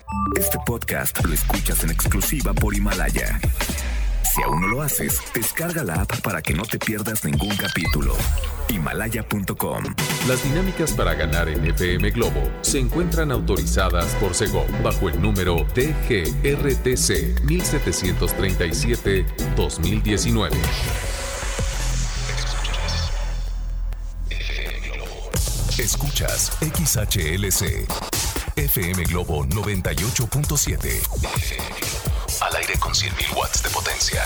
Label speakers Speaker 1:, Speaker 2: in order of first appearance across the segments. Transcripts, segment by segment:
Speaker 1: Este podcast lo escuchas en exclusiva por Himalaya. Si aún no lo haces, descarga la app para que no te pierdas ningún capítulo. Himalaya.com.
Speaker 2: Las dinámicas para ganar en FM Globo se encuentran autorizadas por Segov bajo el número TGRTC 1737-2019.
Speaker 1: Escuchas XHLC FM Globo 98.7. Al aire con 100.000 watts de potencia.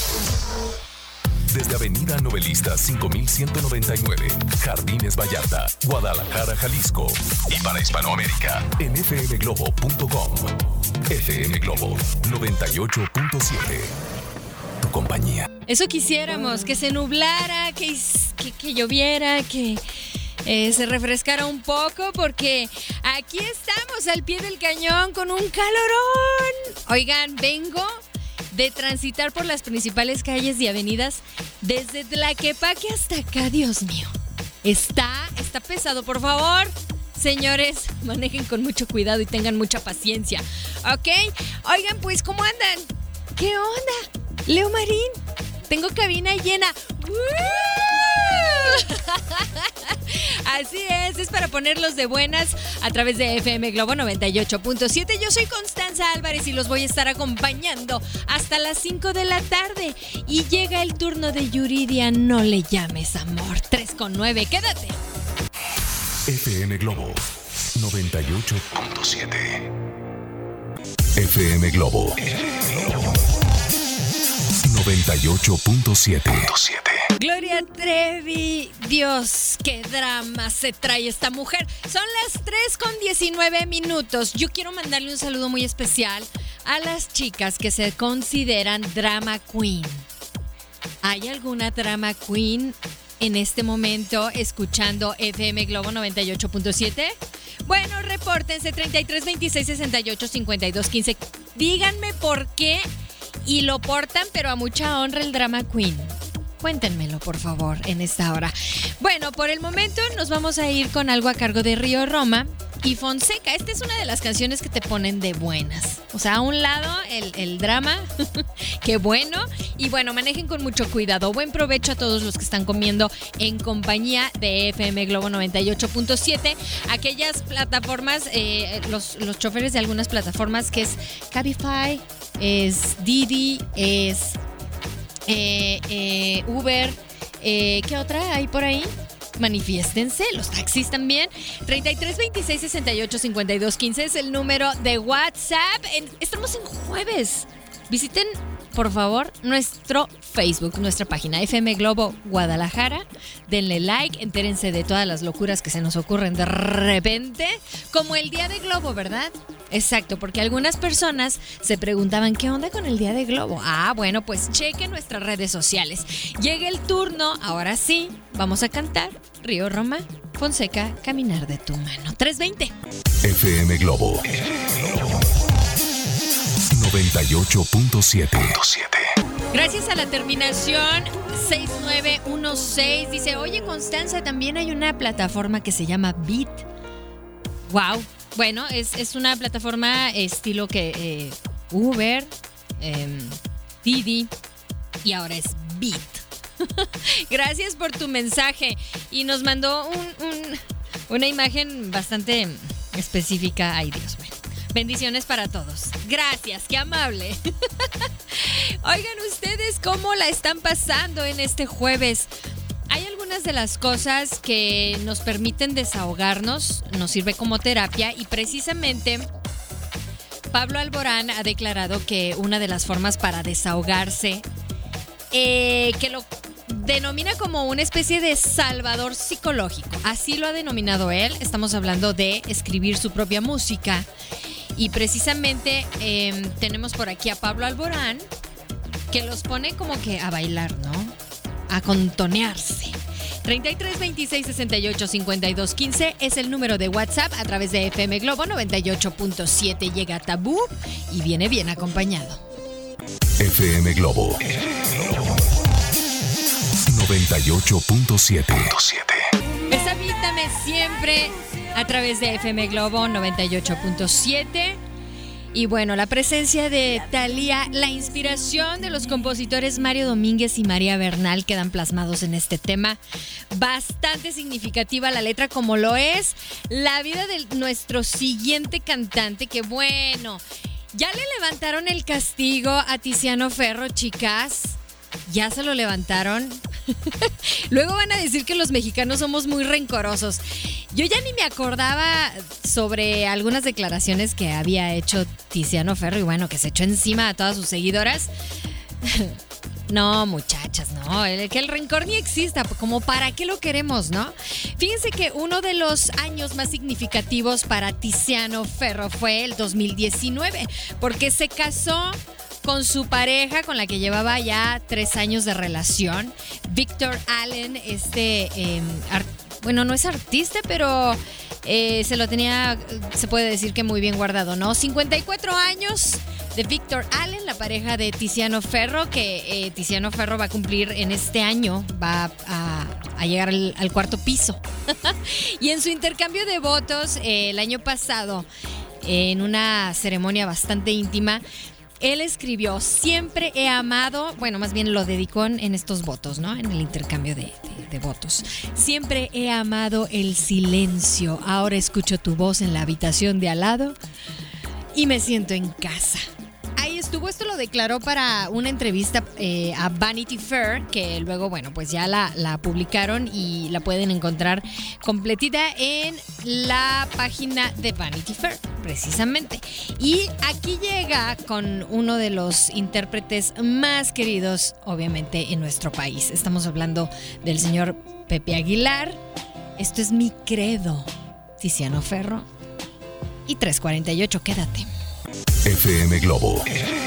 Speaker 1: Desde Avenida Novelista 5199, Jardines Vallarta, Guadalajara, Jalisco. Y para Hispanoamérica, en fmglobo.com. FM Globo 98.7. Tu compañía.
Speaker 3: Eso quisiéramos, que se nublara, que lloviera, que se refrescara un poco, porque aquí estamos al pie del cañón con un calorón. Oigan, vengo de transitar por las principales calles y avenidas desde Tlaquepaque hasta acá. Dios mío, está pesado. Por favor, señores, manejen con mucho cuidado y tengan mucha paciencia, ¿ok? Oigan, pues, ¿cómo andan? ¿Qué onda? Leo Marín, tengo cabina llena. Así es para ponerlos de buenas a través de FM Globo 98.7. Yo soy Constanza Álvarez y los voy a estar acompañando hasta las 5 de la tarde. Y llega el turno de Yuridia, no le llames amor. 3:9, quédate.
Speaker 1: FM Globo 98.7. FM Globo 98.7.
Speaker 3: Gloria Trevi, Dios, qué drama se trae esta mujer. Son las 3:19. Yo quiero mandarle un saludo muy especial a las chicas que se consideran drama queen. ¿Hay alguna drama queen en este momento escuchando FM Globo 98.7? Bueno, repórtense 33 26 68 52 15. Díganme por qué y lo portan, pero a mucha honra, el drama queen. Cuéntenmelo, por favor, en esta hora. Bueno, por el momento nos vamos a ir con algo a cargo de Río Roma y Fonseca. Esta es una de las canciones que te ponen de buenas. O sea, a un lado el drama, qué bueno. Y bueno, manejen con mucho cuidado. Buen provecho a todos los que están comiendo en compañía de FM Globo 98.7. Aquellas plataformas, los choferes de algunas plataformas, que es Cabify, es Didi, es Uber, ¿qué otra hay por ahí? Manifiéstense, los taxis también. 33 26 68 52 15 es el número de WhatsApp. Estamos en jueves. Visiten, por favor, nuestro Facebook, nuestra página FM Globo Guadalajara. Denle like, entérense de todas las locuras que se nos ocurren de repente, como el Día de Globo, ¿verdad? Exacto, porque algunas personas se preguntaban ¿qué onda con el Día de Globo? Ah, bueno, pues chequen nuestras redes sociales. Llega el turno, ahora sí, vamos a cantar Río Roma, Fonseca, Caminar de tu mano. 3:20.
Speaker 1: FM Globo 98.7.
Speaker 3: Gracias a la terminación 6916. Dice, oye, Constanza, también hay una plataforma que se llama Beat. Wow. Bueno, es una plataforma estilo que Uber, Didi y ahora es Beat. Gracias por tu mensaje. Y nos mandó una imagen bastante específica. Ay, Dios mío. Bendiciones para todos. Gracias, qué amable. Oigan, ¿ustedes cómo la están pasando en este jueves? Hay algunas de las cosas que nos permiten desahogarnos, nos sirve como terapia, y precisamente Pablo Alborán ha declarado que una de las formas para desahogarse, que lo denomina como una especie de salvador psicológico, así lo ha denominado él. Estamos hablando de escribir su propia música. Y precisamente tenemos por aquí a Pablo Alborán, que los pone como que a bailar, ¿no? A contonearse. 33 26 68 52 15 es el número de WhatsApp a través de FM Globo 98.7. Llega Tabú y viene bien acompañado.
Speaker 1: FM Globo 98.7.
Speaker 3: Es Habítame Siempre a través de FM Globo 98.7. Y bueno, la presencia de Thalía, la inspiración de los compositores Mario Domínguez y María Bernal quedan plasmados en este tema. Bastante significativa la letra, como lo es la vida de nuestro siguiente cantante, que bueno, ya le levantaron el castigo a Tiziano Ferro, chicas. Ya se lo levantaron. Luego van a decir que los mexicanos somos muy rencorosos. Yo ya ni me acordaba sobre algunas declaraciones que había hecho Tiziano Ferro y bueno, que se echó encima a todas sus seguidoras. No, muchachas, no, que el rencor ni exista, como para qué lo queremos, ¿no? Fíjense que uno de los años más significativos para Tiziano Ferro fue el 2019, porque se casó con su pareja, con la que llevaba ya 3 años de relación, Victor Allen, bueno, no es artista, pero se lo tenía, se puede decir que muy bien guardado, ¿no? 54 años de Victor Allen, la pareja de Tiziano Ferro, que Tiziano Ferro va a cumplir en este año, va a llegar al 4º piso. Y en su intercambio de votos, el año pasado, en una ceremonia bastante íntima, él escribió: siempre he amado, bueno, más bien lo dedicó en estos votos, ¿no? En el intercambio de votos. Siempre he amado el silencio. Ahora escucho tu voz en la habitación de al lado y me siento en casa. Ahí estuvo, esto lo declaró para una entrevista a Vanity Fair, que luego, bueno, pues ya la publicaron y la pueden encontrar completita en la página de Vanity Fair, precisamente. Y aquí llega con uno de los intérpretes más queridos, obviamente, en nuestro país. Estamos hablando del señor Pepe Aguilar. Esto es Mi Credo, Tiziano Ferro y 348, quédate.
Speaker 1: FM Globo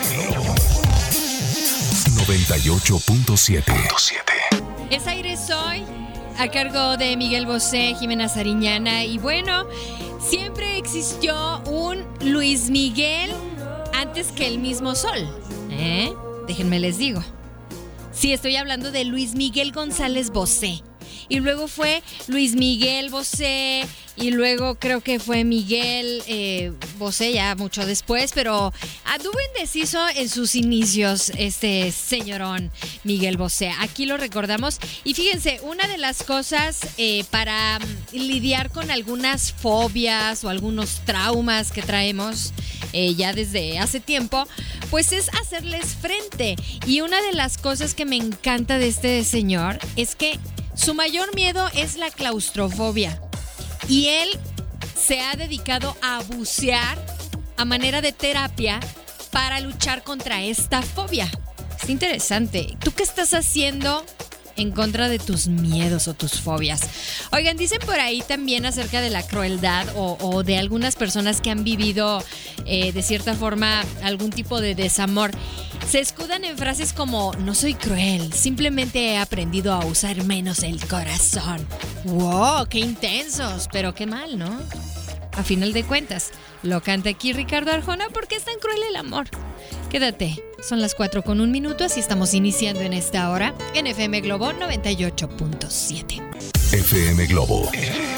Speaker 1: 98.7.
Speaker 3: Es Aire Soy, a cargo de Miguel Bosé, Jimena Sariñana. Y bueno, siempre existió un Luis Miguel antes que el mismo sol. Déjenme les digo. Sí, estoy hablando de Luis Miguel González Bosé. Y luego fue Luis Miguel Bosé, y luego creo que fue Miguel Bosé ya mucho después, pero anduvo indeciso en sus inicios este señorón Miguel Bosé. Aquí lo recordamos. Y fíjense, una de las cosas para lidiar con algunas fobias o algunos traumas que traemos ya desde hace tiempo, pues es hacerles frente. Y una de las cosas que me encanta de este señor es que su mayor miedo es la claustrofobia. Y él se ha dedicado a bucear a manera de terapia para luchar contra esta fobia. Es interesante. ¿Tú qué estás haciendo en contra de tus miedos o tus fobias? Oigan, dicen por ahí también acerca de la crueldad o de algunas personas que han vivido de cierta forma algún tipo de desamor. Se escudan en frases como: no soy cruel, simplemente he aprendido a usar menos el corazón. ¡Wow! ¡Qué intensos! Pero qué mal, ¿no? A final de cuentas, lo canta aquí Ricardo Arjona porque es tan cruel el amor. Quédate, son las 4:01, así estamos iniciando en esta hora en FM Globo 98.7.
Speaker 1: FM Globo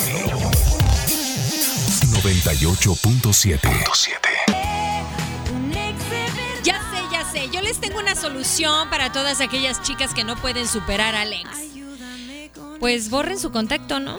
Speaker 1: 98.7.
Speaker 3: Ya sé, yo les tengo una solución para todas aquellas chicas que no pueden superar al ex. Pues borren su contacto, ¿no?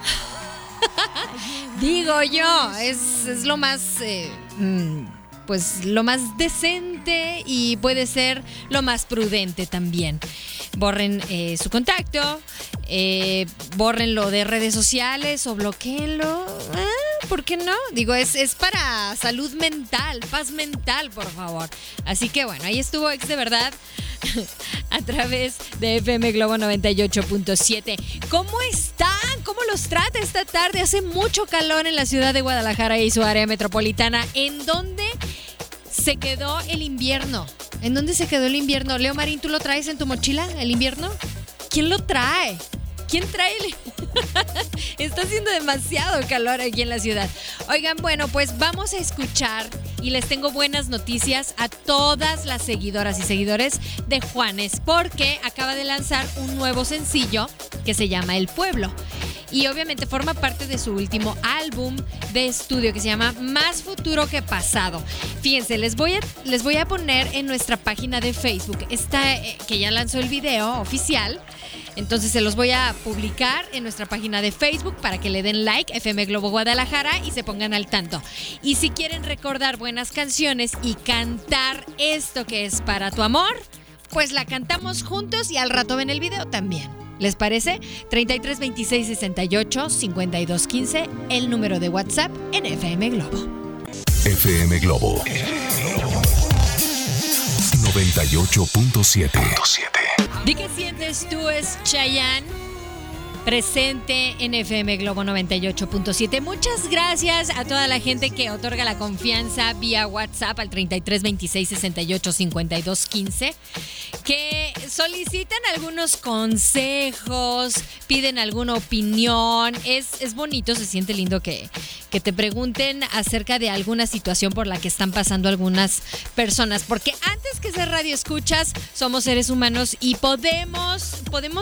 Speaker 3: Digo yo, es lo más, pues lo más decente y puede ser lo más prudente también. Borren su contacto, bórrenlo de redes sociales o bloquéenlo. ¿Por qué no? Digo, es para salud mental, paz mental, por favor. Así que bueno, ahí estuvo Ex de Verdad a través de FM Globo 98.7. ¿Cómo están? ¿Cómo los trata esta tarde? Hace mucho calor en la ciudad de Guadalajara y su área metropolitana. ¿En dónde se quedó el invierno? ¿En dónde se quedó el invierno? Leo Marín, ¿tú lo traes en tu mochila, el invierno? ¿Quién lo trae? ¿Quién trae el...? Está haciendo demasiado calor aquí en la ciudad. Oigan, bueno, pues vamos a escuchar y les tengo buenas noticias a todas las seguidoras y seguidores de Juanes, porque acaba de lanzar un nuevo sencillo que se llama El Pueblo. y obviamente forma parte de su último álbum de estudio que se llama Más Futuro que Pasado. Fíjense, les voy a poner en nuestra página de Facebook que ya lanzó el video oficial. Entonces se los voy a publicar en nuestra página de Facebook para que le den like, FM Globo Guadalajara, y se pongan al tanto. Y si quieren recordar buenas canciones y cantar esto que es para tu amor, pues la cantamos juntos y al rato ven el video también. ¿Les parece? 33 26 68 52 15, el número de WhatsApp en FM Globo.
Speaker 1: FM Globo 98.7.
Speaker 3: Di que sientes tú, es Chayanne, presente en FM Globo 98.7. Muchas gracias a toda la gente que otorga la confianza vía WhatsApp al 33 26 68 52 15, que solicitan algunos consejos, piden alguna opinión. Es bonito, se siente lindo que te pregunten acerca de alguna situación por la que están pasando algunas personas, porque antes que ser radio escuchas, somos seres humanos y podemos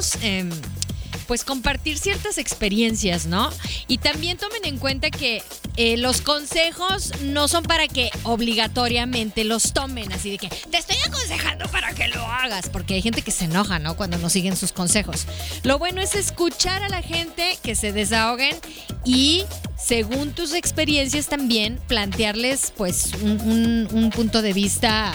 Speaker 3: pues compartir ciertas experiencias, ¿no? Y también tomen en cuenta que los consejos no son para que obligatoriamente los tomen, así de que te estoy aconsejando para que lo hagas, porque hay gente que se enoja, ¿no?, cuando no siguen sus consejos. Lo bueno es escuchar a la gente, que se desahoguen y, según tus experiencias, también plantearles pues un punto de vista,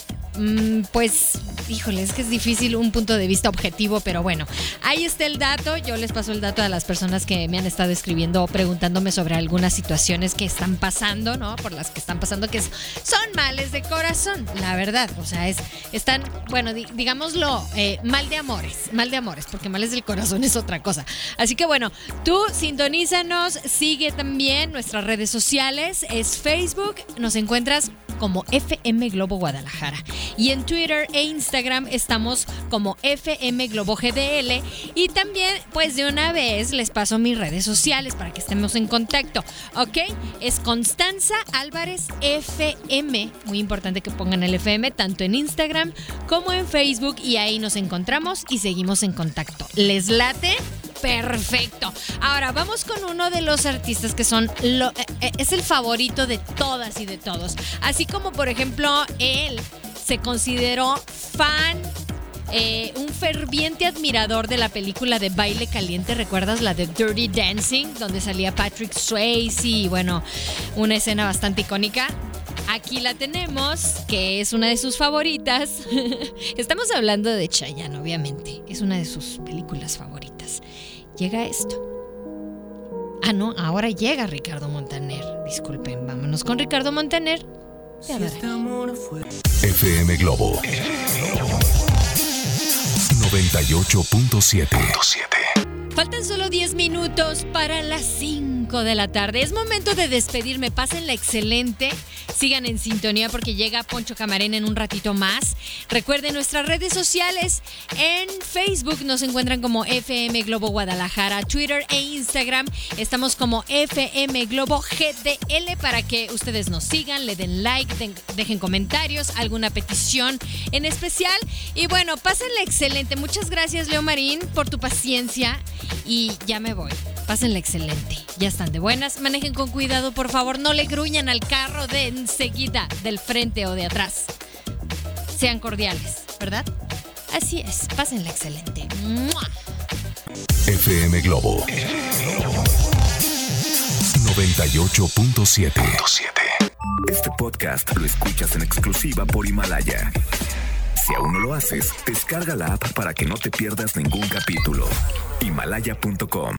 Speaker 3: pues, híjole, es que es difícil un punto de vista objetivo, pero bueno, ahí está el dato. Yo les paso el dato a las personas que me han estado escribiendo o preguntándome sobre algunas situaciones que están pasando, ¿no? Por las que están pasando, que son males de corazón, la verdad. O sea, están, bueno, digámoslo, mal de amores, porque males del corazón es otra cosa. Así que bueno, tú sintonízanos, sigue también nuestras redes sociales, es Facebook, nos encuentras como FM Globo Guadalajara, y en Twitter e Instagram estamos como FM Globo GDL, y también pues de una vez les paso mis redes sociales para que estemos en contacto, ¿ok? Es Constanza Álvarez FM, muy importante que pongan el FM tanto en Instagram como en Facebook, y ahí nos encontramos y seguimos en contacto. ¿Les late? Perfecto. Ahora vamos con uno de los artistas que es el favorito de todas y de todos. Así como, por ejemplo, él se consideró fan, un ferviente admirador de la película de Baile Caliente. ¿Recuerdas la de Dirty Dancing? Donde salía Patrick Swayze y, bueno, una escena bastante icónica. Aquí la tenemos, que es una de sus favoritas. Estamos hablando de Chayanne, obviamente. Es una de sus películas favoritas. Llega esto. Ah, no, ahora llega Ricardo Montaner. Disculpen, vámonos con Ricardo Montaner.
Speaker 1: FM Globo 98.7.
Speaker 3: Faltan solo 10 minutos para las 5 de la tarde. Es momento de despedirme. Pásenla excelente. Sigan en sintonía porque llega Poncho Camarena en un ratito más. Recuerden nuestras redes sociales. En Facebook nos encuentran como FM Globo Guadalajara. Twitter e Instagram estamos como FM Globo GDL para que ustedes nos sigan, le den like, dejen comentarios, alguna petición en especial. Y bueno, pásenla excelente. Muchas gracias, Leo Marín, por tu paciencia. Y ya me voy. Pásenla excelente. Ya están de buenas. Manejen con cuidado, por favor. No le gruñan al carro de enseguida, del frente o de atrás. Sean cordiales, ¿verdad? Así es. Pásenla excelente. ¡Mua!
Speaker 1: FM Globo 98.7. Este podcast lo escuchas en exclusiva por Himalaya. Si aún no lo haces, descarga la app para que no te pierdas ningún capítulo. Himalaya.com